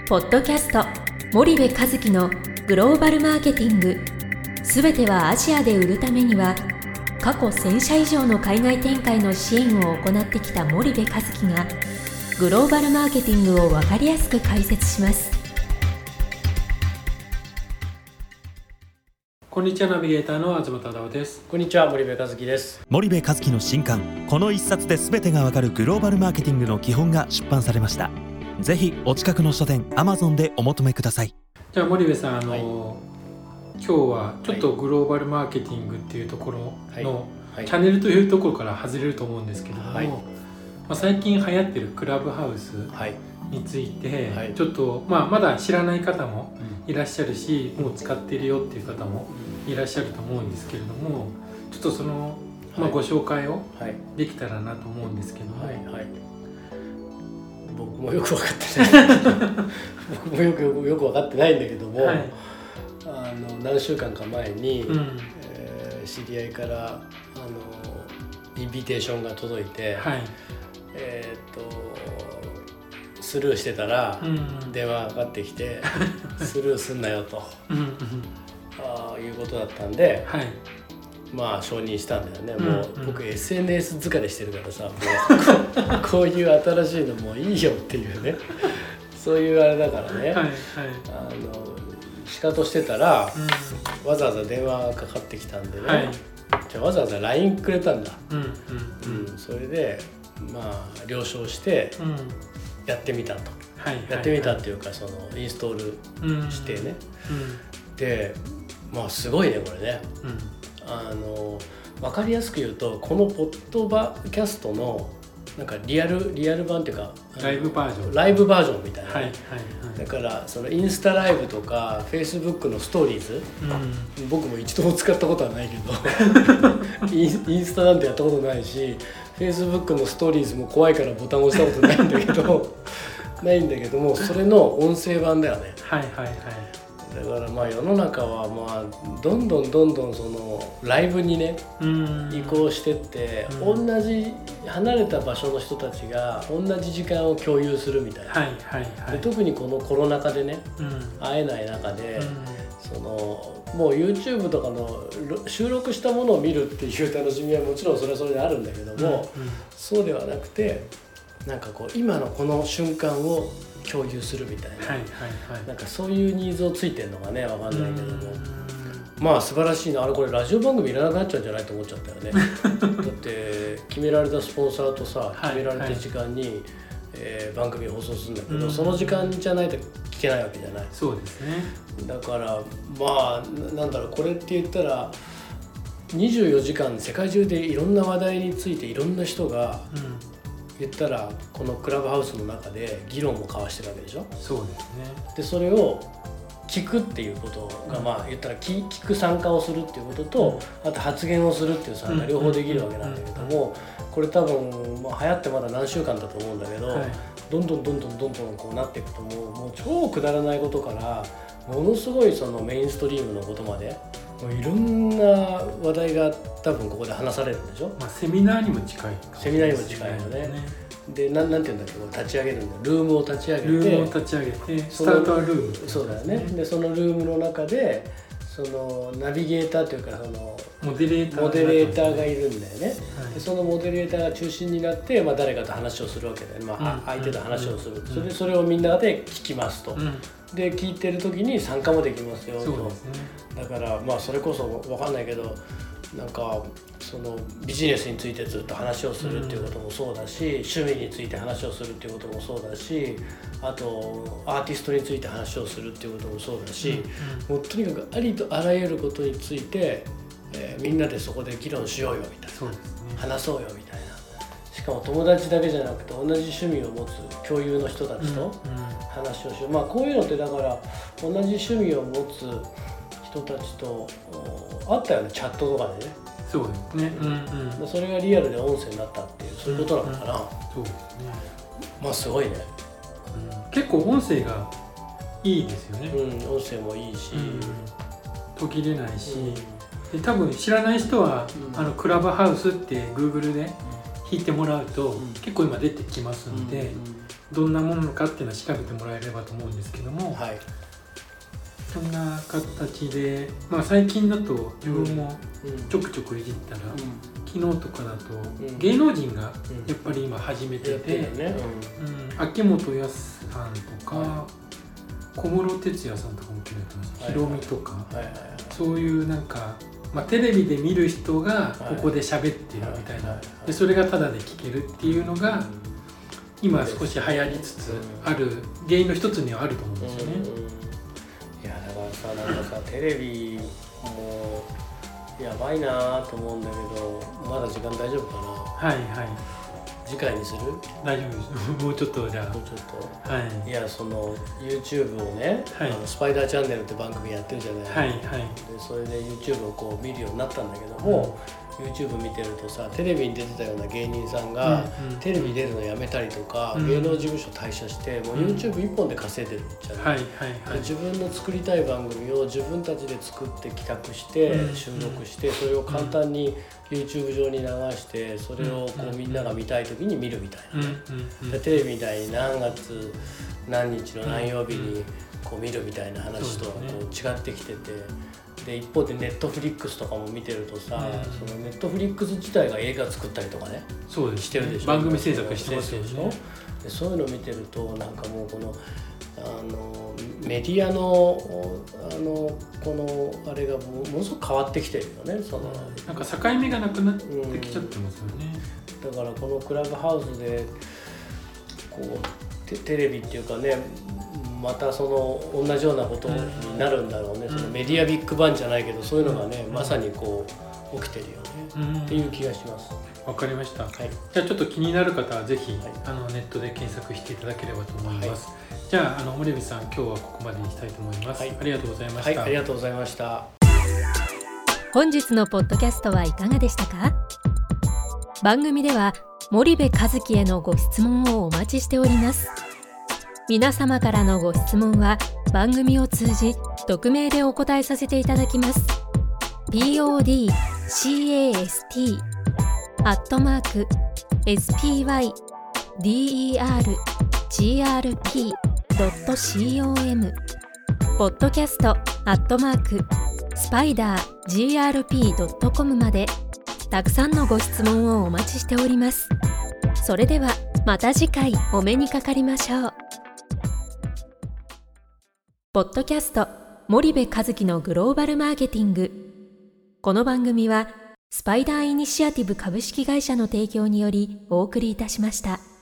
ポッドキャスト森部一樹のグローバルマーケティング、すべてはアジアで売るためには、過去1000社以上の海外展開の支援を行ってきた森部一樹がグローバルマーケティングを分かりやすく解説します。 こんにちは、ナビゲーターの東忠夫です。 こんにちは、森部一樹です。 森部一樹の新刊、この一冊で全てがわかるグローバルマーケティングの基本が出版されました。ぜひお近くの書店 Amazon でお求めください。 じゃあ森部さん、今日はちょっとグローバルマーケティングっていうところの、チャンネルというところから外れると思うんですけども、最近流行ってるクラブハウスについて、ちょっと、まだ知らない方もいらっしゃるし、もう使ってるよっていう方もいらっしゃると思うんですけれども、ちょっとその、ご紹介をできたらなと思うんですけども、 僕もよく分かってない僕もよく分かってないんだけども、何週間か前に、知り合いからインビテーションが届いて、スルーしてたら、電話がかかってきてスルーすんなよということだったんで、承認したんだよね。もう僕 SNS 疲れしてるからさ、もうこういう新しいのもういいよっていうねそういうあれだからね、しかとしてたら、わざわざ電話がかかってきたんでね、じゃあわざわざ LINE くれたんだ。それで了承してやってみたと、やってみたっていうか、そのインストールしてね、で、すごいねこれね。分かりやすく言うと、このポッドキャストのなんかリアル版っていうか、 ライブバージョンみたいな、だからそのインスタライブとかフェイスブックのストーリーズ、僕も一度も使ったことはないけどインスタなんてやったことないし、フェイスブックのストーリーズも怖いからボタン押したことないんだけども、それの音声版だよね。だから世の中はどんどんそのライブにね移行してって、同じ離れた場所の人たちが同じ時間を共有するみたいな。で特にこのコロナ禍でね、会えない中で、そのもう YouTube とかの収録したものを見るっていう楽しみはもちろんそれはそれであるんだけども、そうではなくて、なんかこう今のこの瞬間を共有するみたいな、なんかそういうニーズをついてるのがね、分かんないけども、素晴らしいな。これラジオ番組いらなくなっちゃうんじゃないと思っちゃったよねだって決められたスポンサーとさ、決められた時間に、番組放送するんだけど、その時間じゃないと聞けないわけじゃない。 そうですね。 だからなんだろう、これって言ったら24時間世界中でいろんな話題についていろんな人が、言ったらこのクラブハウスの中で議論も交わしてるわけでしょ。 そうですね。 でそれを聞くっていうことが、言ったら聞く参加をするっていうことと、あと発言をするっていう参加、両方できるわけなんだけども、これ多分、流行ってまだ何週間だと思うんだけど、どんどんこうなっていくと、もう超くだらないことからものすごいそのメインストリームのことまで、もういろんな話題が多分ここで話されるんでしょ。 セミナーにも近い。 セミナーにも近いよね。でなんていうんだっけ、立ち上げるんだよ。ルームを立ち上げて、スタートはルーム。そうだよね。でそのルームの中で、そのナビゲーターというか、そのモデレーターがいるんだよね。でそのモデレーターが中心になって、誰かと話をするわけだよね。相手と話をする。それをみんなで聞きますと。で聞いてる時に参加もできますよと。だからそれこそ分かんないけど、なんかそのビジネスについてずっと話をするっていうこともそうだし、趣味について話をするっていうこともそうだし、あとアーティストについて話をするっていうこともそうだし、もうとにかくありとあらゆることについて、みんなでそこで議論しようよみたいな、話そうよみたいな。しかも友達だけじゃなくて、同じ趣味を持つ共有の人たちと話をしよう。こういうのってだから同じ趣味を持つ人たちとあったよね、チャットとかでね。 そうですね。 それがリアルで音声になったっていう、そういうことなのかな。 そうですね。 すごいね。 結構音声がいいですよね。 音声もいいし、 途切れないし、で多分知らない人は、クラブハウスって Google で引いてもらうと、結構今出てきますので、 どんなものかっていうのは調べてもらえればと思うんですけども、はい、そんな形で、最近だと自分もちょくちょくいじったら、昨日とかだと芸能人がやっぱり今始めてて、秋元康さんとか、小室哲哉さんとかも決めてます、ヒロミとか、そういうなんか、テレビで見る人がここで喋ってるみたいな、でそれがタダで聞けるっていうのが今少し流行りつつある原因の一つにはあると思うんですよね。 いやだからなんかさテレビもやばいなと思うんだけど、まだ時間大丈夫かな。はいはい。次回にする？ 大丈夫です。もうちょっとじゃあ。 もうちょっと。はい。いやその YouTube をね、スパイダーチャンネルって番組やってるじゃない。はいはい。でそれで YouTube をこう見るようになったんだけども。YouTube 見てるとさ、テレビに出てたような芸人さんが、テレビ出るのやめたりとか、芸能事務所退社してもう YouTube 一本で稼いでるじゃない、自分の作りたい番組を自分たちで作って企画して収録して、それを簡単に YouTube 上に流して、それをこうみんなが見たい時に見るみたいなね、テレビみたいに何月何日の何曜日にこう見るみたいな話とはこう違ってきてて、で一方でネットフリックスとかも見てるとさ、そのネットフリックス自体が映画作ったりとかね、 そうですね、 してるでしょ、 番組制作してますよね。 でそういうの見てるとなんかもうこのメディアのこのあれがものすごく変わってきてるよね。そのなんか境目がなくなってきちゃってますよね。 だからこのクラブハウスでこうテレビっていうかね、またその同じようなことになるんだろうね、そのメディアビッグバンじゃないけど、そういうのがね、まさにこう起きてるよね、っていう気がします。 わかりました、じゃあちょっと気になる方はぜひ、ネットで検索していただければと思います、じゃあ森部さん、今日はここまでにしたいと思います、ありがとうございました。 ありがとうございました。 本日のポッドキャストはいかがでしたか？番組では森部一樹へのご質問をお待ちしております。皆様からのご質問は番組を通じ匿名でお答えさせていただきます。podcast@spydergrp.com podcast@spidergrp.com までたくさんのご質問をお待ちしております。それではまた次回お目にかかりましょう。ポッドキャスト森部一樹のグローバルマーケティング。この番組はスパイダーイニシアティブ株式会社の提供によりお送りいたしました。